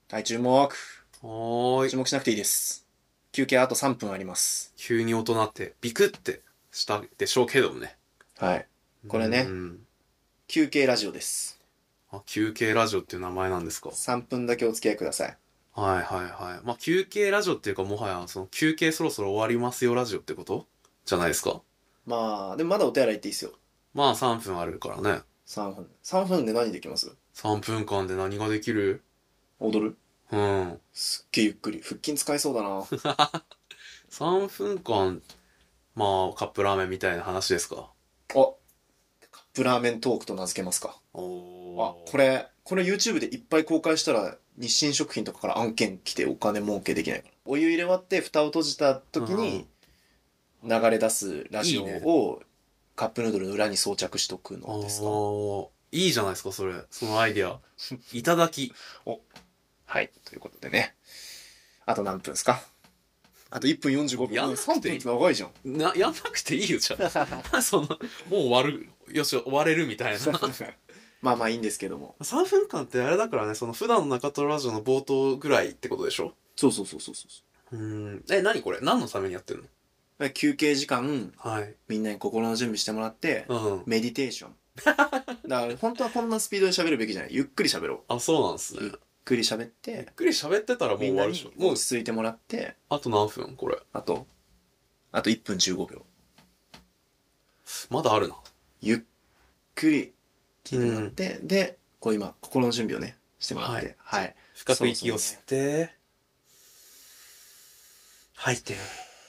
はい、注目。 はーい。 注目しなくていいです。休憩あと3分あります。 急に音鳴ってビクってしたでしょうけどもね。 はい。これね、休憩ラジオです。 休憩ラジオっていう名前なんですか。 3分だけお付き合いください。 はいはいはい。まあ、休憩ラジオっていうかもはや、その休憩そろそろ終わりますよラジオってことじゃないですか。 まあ、でもまだお手洗い行っていいですよ。 まあ3分あるからね。 3分。3分で何できます？ 3分間で何ができる？ 踊る？ うん。 すっげえゆっくり。腹筋使えそうだな。 3分間、まあ、カップラーメンみたいな話ですか。 お、カップラーメントークと名付けますか。 おー。 これ YouTube でいっぱい公開したら、日清食品とかから案件来てお金儲けできないかな。お湯入れ終わって蓋を閉じた時に流れ出すラジオいいねをカップヌードルの裏に装着しとくのですか？ いいじゃないですか、それ。そのアイデア。いただき。 お、はい。ということでね。あと何分ですか？あと1分45秒。 やんなくていい 3分って長いじゃん。 やんなくていいよ、じゃあ。もう終わる。よし、終われるみたいな。 まあまあいいんですけども。 3分間ってあれだからね、その普段の中トロラジオの冒頭ぐらいってことでしょ？ そうそうそうそうそ何これ何のためにやってるの？ う。休憩時間、 はい。 みんなに心の準備してもらって、 うん。 メディテーション。だから本当はこんなスピードで喋るべきじゃない。ゆっくり喋ろう。 あ、そうなんですね。 ゆっくり喋っゆってて、 くり喋ってたらもうみんなに終わるでしょ。もう、 落ち着いてもらって、 あと何分これ。 あと1分15秒。 まだあるな。 ゆっくり聞いてもらって、で、こう今、心の準備をね、してもらって。はい。 深く息を吸って、吐いて。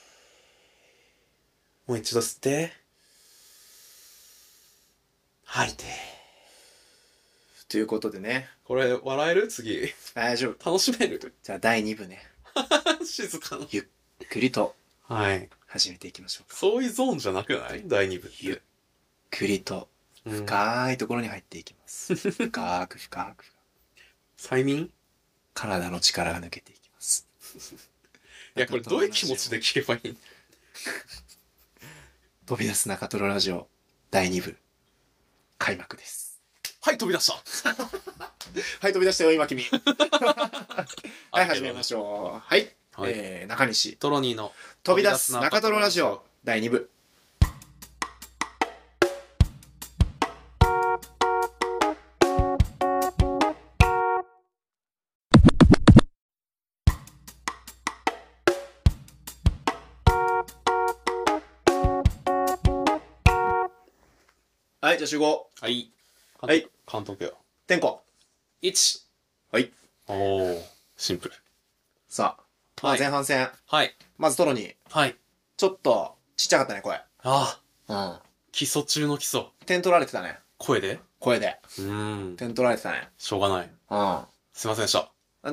もう一度吸って、吐いて。 ということでね。 これ、笑える？次。 大丈夫。 楽しめる？ じゃあ第2部ね。 静かな。 ゆっくりとはい。 始めていきましょうか。 そういうゾーンじゃなくない？第2部って。 ゆっくりと深いところに入っていきます。深く深く。 催眠？ 体の力が抜けていきます。 いや、これどういう気持ちで聞けばいい？ 飛び出す中トロラジオ第2部開幕です。 はい、飛び出した。 はい、飛び出したよ、今君。はい、始めましょう。はい。 はい中西。 トロニーの飛び出す中トロラジオ第2部。はい、じゃあ集合。 はい。 はい。 監督よ。 テンコ。 1。 はい。 おー、シンプル。 さあ、まあ前半戦。 はい。 まずトロニー。 はい。 ちょっと、ちっちゃかったね、声。 ああ。 基礎中の基礎。 点取られてたね。 声で？ 声で。 点点取られてたね。 しょうがない。すいませんでした。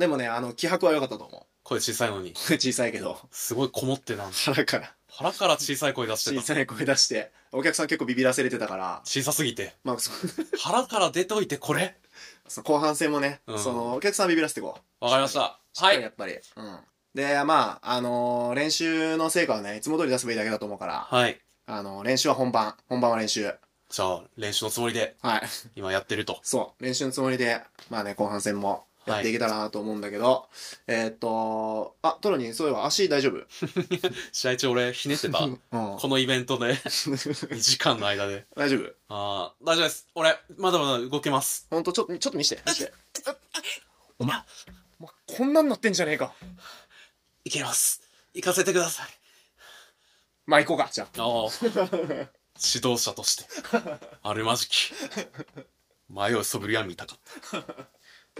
でもね、気迫は良かったと思う。 声小さいのに。 小さいけど。 すごいこもってたんだ。 腹から。 腹から小さい声出してた。 小さい声出して、お客さん結構ビビらせれてたから。 小さすぎて。 まあ、 腹から出といてこれ？ 後半戦もね、お客さんビビらせていこう。 わかりました。 はい。やっぱり。で、まあ、練習の成果はね、いつも通り出せばいいだけだと思うから。 はい。 練習は本番。本番は練習。 じゃあ、練習のつもりで。 はい。 今やってると。 そう。練習のつもりで、まあね、後半戦もやっていけたらなと思うんだけど、トロニー、そういえば足大丈夫？ 試合中俺ひねってたこのイベントで2時間の間で。 大丈夫？ 大丈夫です。俺、まだまだ動けます。 ほんと、ちょっと見して。お前、こんなんなってんじゃねえか。 いけます。行かせてください。 まあ行こうか、じゃあ。 指導者として。あるまじき。迷うそぶりは見たかった。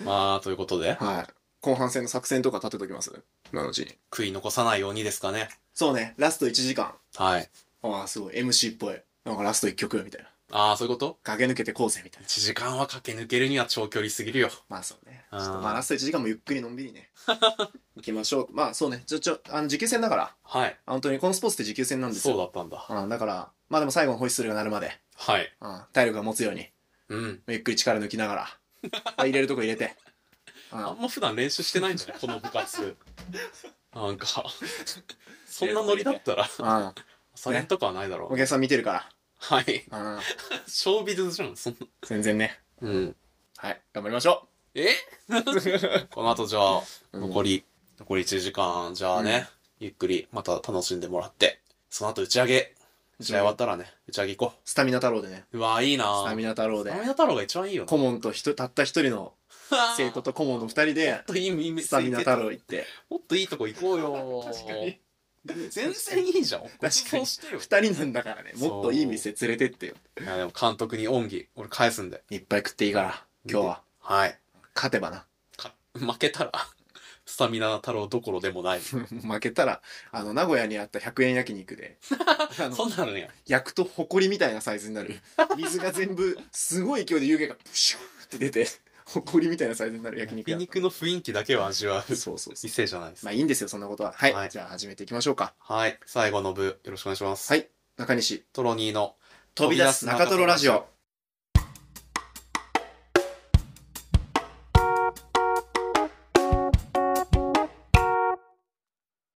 まあ、ということで。 はい。後半戦の作戦とか立てときます？今のうちに。 悔い残さないようにですかね。 そうね、ラスト1時間。 はい。 すごい、MC っぽい。なんかラスト1曲みたいな。 そういうこと？ 駆け抜けてこうぜ、みたいな。 1時間は駆け抜けるには長距離すぎるよ。 まあそうね。ちょっとまあラスト1時間もゆっくりのんびりね。行きましょう。まあそうね。持久戦だから。 はい。 本当にこのスポーツって持久戦なんですよ。 そうだったんだ。 だから、まあでも最後のホイッスルが鳴るまで。 はい。 体力が持つように。ゆっくり力抜きながら。入れるとこ入れて。 あんま普段練習してないんじゃないこの部活。なんか、そんなノリだったら、それとかはないだろう。 お客さん見てるから。 はい。ショービズじゃん、そんな。 全然ね。 はい、 頑張りましょよえこの後じゃあ、 うん残り1時間、じゃあね、ゆっくりまた楽しんでもらって、その後打ち上げ終わったらね、打ち上げ行こスタミナ太郎でね。 う。うわ、いいなスタミナ太郎でスタミナ太郎が一番いいよね。 顧問とたった一人の生徒と顧問の二人もでっ、といい店スタミナ太郎行って。 もっといいとこ行こうよ。 確かに。 全然いいじゃん。 確かにそうしてよ。 二人なんだからね、もっといい店連れてってよ。 いや、でも監督に恩義、俺返すんで。 いっぱい食っていいから、今日は。 はい。 勝てばな。 負けたら、スタミナ太郎どころでもない。 負けたら、名古屋にあった100円焼肉で、 そんなのね。 焼くと埃みたいなサイズになる。水が全部、すごい勢いで湯気がプシューって出て、埃みたいなサイズになる焼肉屋。 焼肉の雰囲気だけを味わう。 そうそうそう。 店じゃないです。 まあいいんですよ、そんなことは。はい。 はいじゃあ始めていきましょうか。 はい。最後の部、よろしくお願いします。 はい。中西、 トロニーの飛び出す中トロラジオ。